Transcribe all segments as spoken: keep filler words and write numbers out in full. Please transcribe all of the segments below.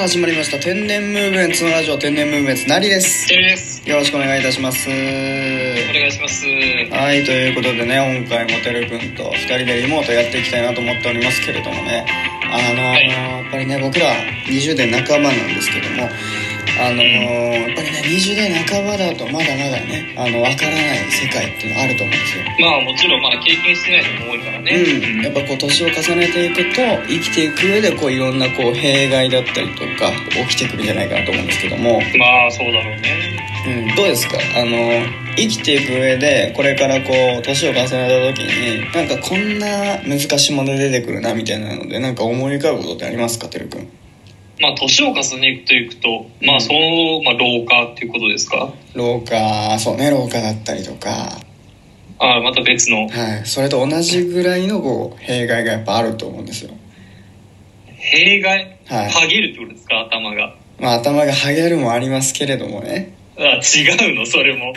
始まりました天然ムーブメンツのラジオ、天然ムーブメンツなりです。 てるです。 よろしくお願いいたします。お願いします。 はい、ということでね、今回もてるくんとふたりでリモートやっていきたいなと思っておりますけれどもね、あのーはい、やっぱりね、僕らにじゅう代半ばなんですけども、あのー、やっぱりね、にじゅう代半ばだとまだまだね、あの分からない世界っていうのがあると思うんですよ。 まあもちろんまだ経験してない人も多いからね。 うん、やっぱこう年を重ねていくと生きていく上でこういろんなこう弊害だったりとか起きてくるんじゃないかなと思うんですけども。 まあそうだろうね。 うん、どうですか、あの生きていく上でこれからこう年を重ねた時になんかこんな難しいもの出てくるなみたいなのでなんか思い浮かぶことってありますか、てるくん。 まあ年を重ねていくと、まあその、まあ、老化っていうことですか。 老化、そうね、老化だったりとか、 ああまた別の、 はい、それと同じぐらいのこう弊害がやっぱあると思うんですよ。 弊害、 はい、 はげるってことですか、頭が。 まあ頭がはげるもありますけれどもね。 あ、違うのそれも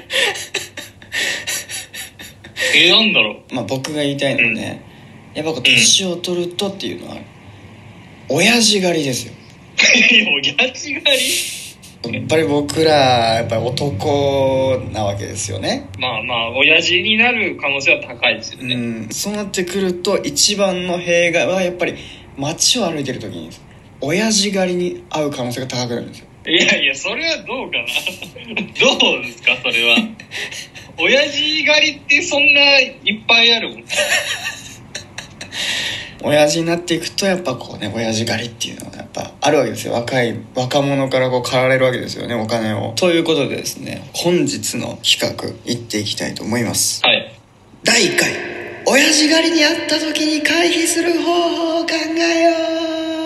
え、なんだろう。 まあ僕が言いたいのはね、うん、やっぱこう年を取るとっていうのは、うん、親父狩りですよ。 親父狩り。 やっぱり僕らやっぱり男なわけですよね。 まあまあ親父になる可能性は高いですよね。 うん、そうなってくると一番の弊害はやっぱり街を歩いてる時に親父狩りに遭う可能性が高くなるんですよ。 いやいや、それはどうかなどうですかそれは親父狩りってそんないっぱいあるもん親父になっていくとやっぱこうね、親父狩りっていうのがやっぱあるわけですよ。若い若者からこう狩られるわけですよね、お金を。ということでですね、本日の企画いっていきたいと思います。 はい。 だいいっかい、親父狩りにあった時に回避する方法を考えよう。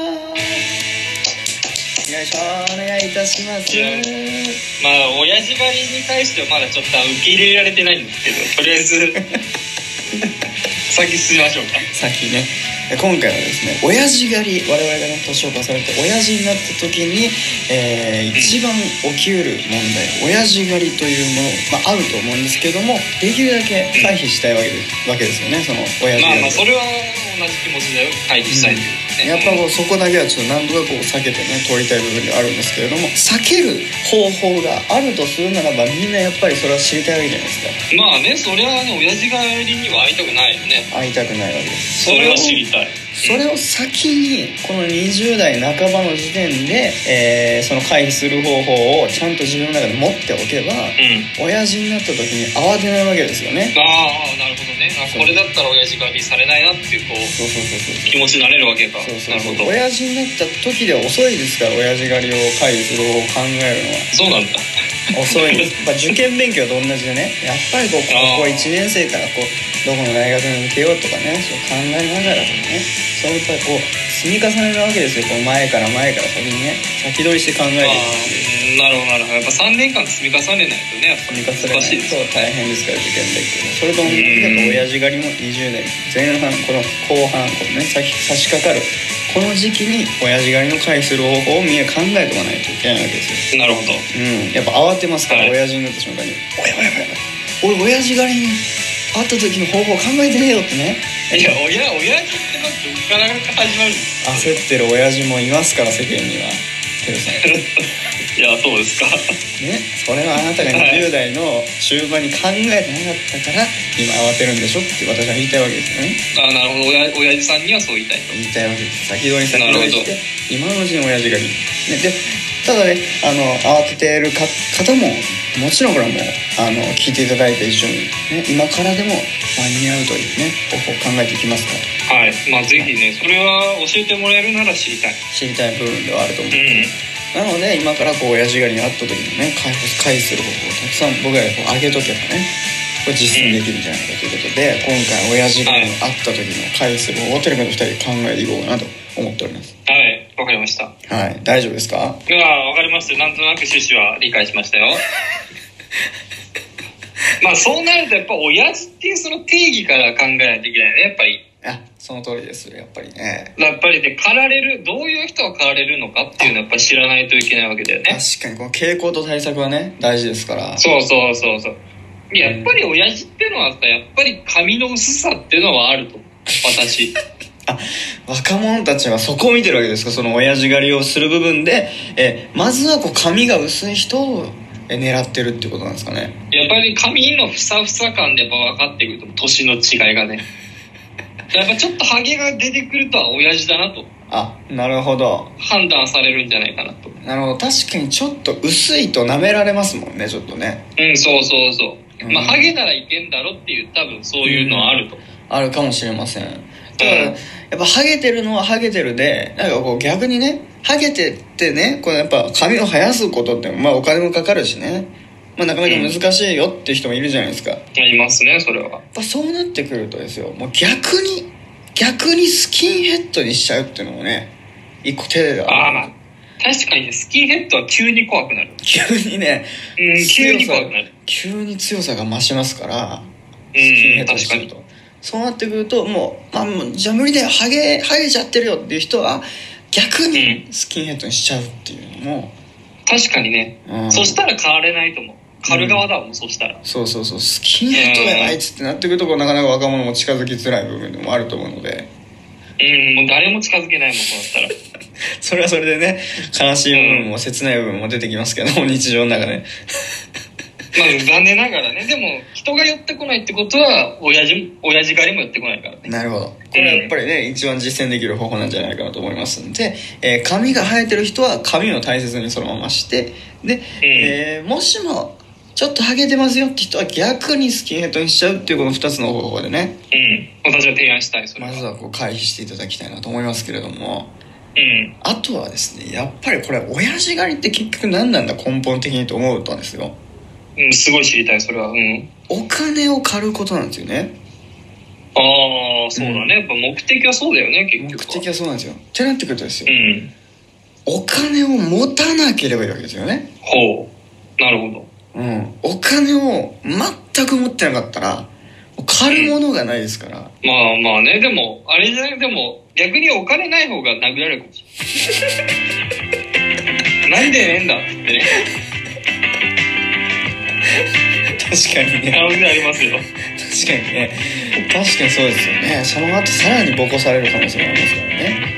よいしょ、お願いいたします。 まあ親父狩りに対してはまだちょっと受け入れられてないんですけど、とりあえず先進みましょうか。 先ね、今回はですね、親父狩り、我々がね年を重ねて親父になった時に、えー、一番起きうる問題、親父狩りというもの、まあ、あると思うんですけども、できるだけ回避したいわけです、うん、わけですよね、その親父狩り。まあまあそれは同じ気持ちで回避したいという、 うん、やっぱこうそこだけはちょっと何とかこう避けてね取りたい部分ではあるんですけれども、避ける方法があるとするならばみんなやっぱりそれは知りたいわけじゃないですか。 まあね、それはね、親父狩りには会いたくないよね。 会いたくないわけです。 それを知りたい。 それを先にこのにじゅう代半ばの時点で、えー、その回避する方法をちゃんと自分の中で持っておけば、うん、親父になった時に慌てないわけですよね。 ああ、なるほどね。これだったら親父狩りされないなっていうこう、そうそうそうそう気持ちになれるわけか。そうそうそう、なるほど。 親父になった時では遅いですから、親父狩りを回避する方法を考えるのは。 そうなんだ。 遅いです。まあ受験勉強と同じでね、やっぱりこう高校いちねん生からこうどこの大学に受けようとかね、そう考えながらとかね、そうやっぱりこう積み重ねるわけですよ。こう前から前から先にね、先取りして考えるっていう。 なるほどなるほど。やっぱさんねんかん積み重ねないとね、やっぱ積み重ねないと大変ですから、受験勉強。それと同じで親父狩りもにじゅう代前半、この後半このね差し掛かるこの時期に親父狩りの回避する方法をみんな考えておかないといけないわけですよ。 なるほど。 うん、やっぱ慌てますから、はい、親父になった瞬間に「おやおやおや、俺親父狩りに会った時の方法を考えてねえよ」ってね。 いや、親親父ってだってどっから始まるんですか。 焦ってる親父もいますから、世間には。テルさんいや、そうですかね、それはあなたがにじゅう代の終盤に考えてなかったから今慌てるんでしょって私は言いたいわけですよね。 ああ、なるほど。親親父さんにはそう言いたいと言いたいわけです。先取り先取りして今のうちに親父狩り、ね、でただね、あの慌ててるか方ももちろんこれはもうあの聞いていただいて一緒に、ね、今からでも間に合うというね方法を考えていきますから。 はい、まあぜひね、それは教えてもらえるなら知りたい知りたい部分ではあると思う、うん、なので今からこう親父狩りにあった時にね回避する方法をたくさん僕らがこう上げとけばね、これ実践できるんじゃないかということで、うん、今回親父狩りにあった時の回避する方法をテレビのふたりで考えていこうかなと思っております。 はい、わかりました。 はい、大丈夫ですか。 いや、わかりました。なんとなく趣旨は理解しましたよまあそうなるとやっぱ親父っていうその定義から考えないといけないね、やっぱり。 あ、その通りです。やっぱりね。 やっぱりで、狩られる、どういう人が狩られるのかっていうのはやっぱり知らないといけないわけだよね。 確かにこの傾向と対策はね大事ですから。 そうそうそうそう。やっぱり親父っていうのはさ、やっぱり髪の薄さっていうのはあると私あ、若者たちはそこを見てるわけですか。その親父狩りをする部分で、えまずはこう髪が薄い人を狙ってるっていうことなんですかね。 やっぱり髪のふさふさ感でやっぱ分かってくると、年の違いがねやっぱちょっとハゲが出てくるとは親父だなと、 あ、なるほど、 判断されるんじゃないかなと。 なるほど。確かにちょっと薄いと舐められますもんね、ちょっとね。 うん、そうそうそう、 うん、 まあハゲならいけんだろっていう、多分そういうのはあると、うん、 あるかもしれません。だからやっぱハゲてるのはハゲてるで、なんかこう逆にね、ハゲてってね、これやっぱ髪を生やすことってまあお金もかかるしね、まあ、なかなか難しいよっていう人もいるじゃないですか。 うん、いますね、それは。やっぱそうなってくるとですよ、もう逆に逆にスキンヘッドにしちゃうっていうのもね、一個手である。 ああ、まあ確かにね、スキンヘッドは急に怖くなる。 急にね、 うん、急に怖くなる。 急に強さが増しますから、 スキンヘッドにすると。そうなってくるともう、まあ、もうじゃあ無理だよ、ハゲハゲちゃってるよっていう人は逆にスキンヘッドにしちゃうっていうのも、 うん、確かにね、うん、そしたら変われないと思う。狩る側だもん、うん、そしたら。 そうそうそう、スキンヘッドやばいっつってなってくると、こうなかなか若者も近づきづらい部分でもあると思うので、 うん、もう誰も近づけないもん、そうなったらそれはそれでね、悲しい部分も切ない部分も出てきますけども、日常の中でまあ残念ながらね。でも人が寄ってこないってことは親父親父狩りも寄ってこないからね。 なるほど。これはやっぱりね、うん、一番実践できる方法なんじゃないかなと思いますので、えー、髪が生えてる人は髪を大切にそのままして、で、うん、えー、もしもちょっとハゲてますよって人は逆にスキンヘッドにしちゃうっていう、このふたつの方法でね、 うん、私は提案したい。それはまずはこう回避していただきたいなと思いますけれども、 うん、 あとはですね、やっぱりこれ親父狩りって結局何なんだ根本的にと思うとですよ、 うん、すごい知りたい、それは。うん、 お金を借ることなんですよね。 ああ、そうだね、うん、やっぱ目的はそうだよね、結局は。 目的はそうなんですよ。ってなってくるとですよ、 うん、 お金を持たなければいいわけですよね。 ほう、なるほど。 うん、お金を全く持ってなかったら借るものがないですから、うん、 まあまあね、でもあれじゃない、でも逆にお金ない方が殴られるかもしれないなんでねえんだって言ってね確かにね、 可能性ありますよ。 確かにね、確かにそうですよね。その後さらにボコされる可能性もありますからね。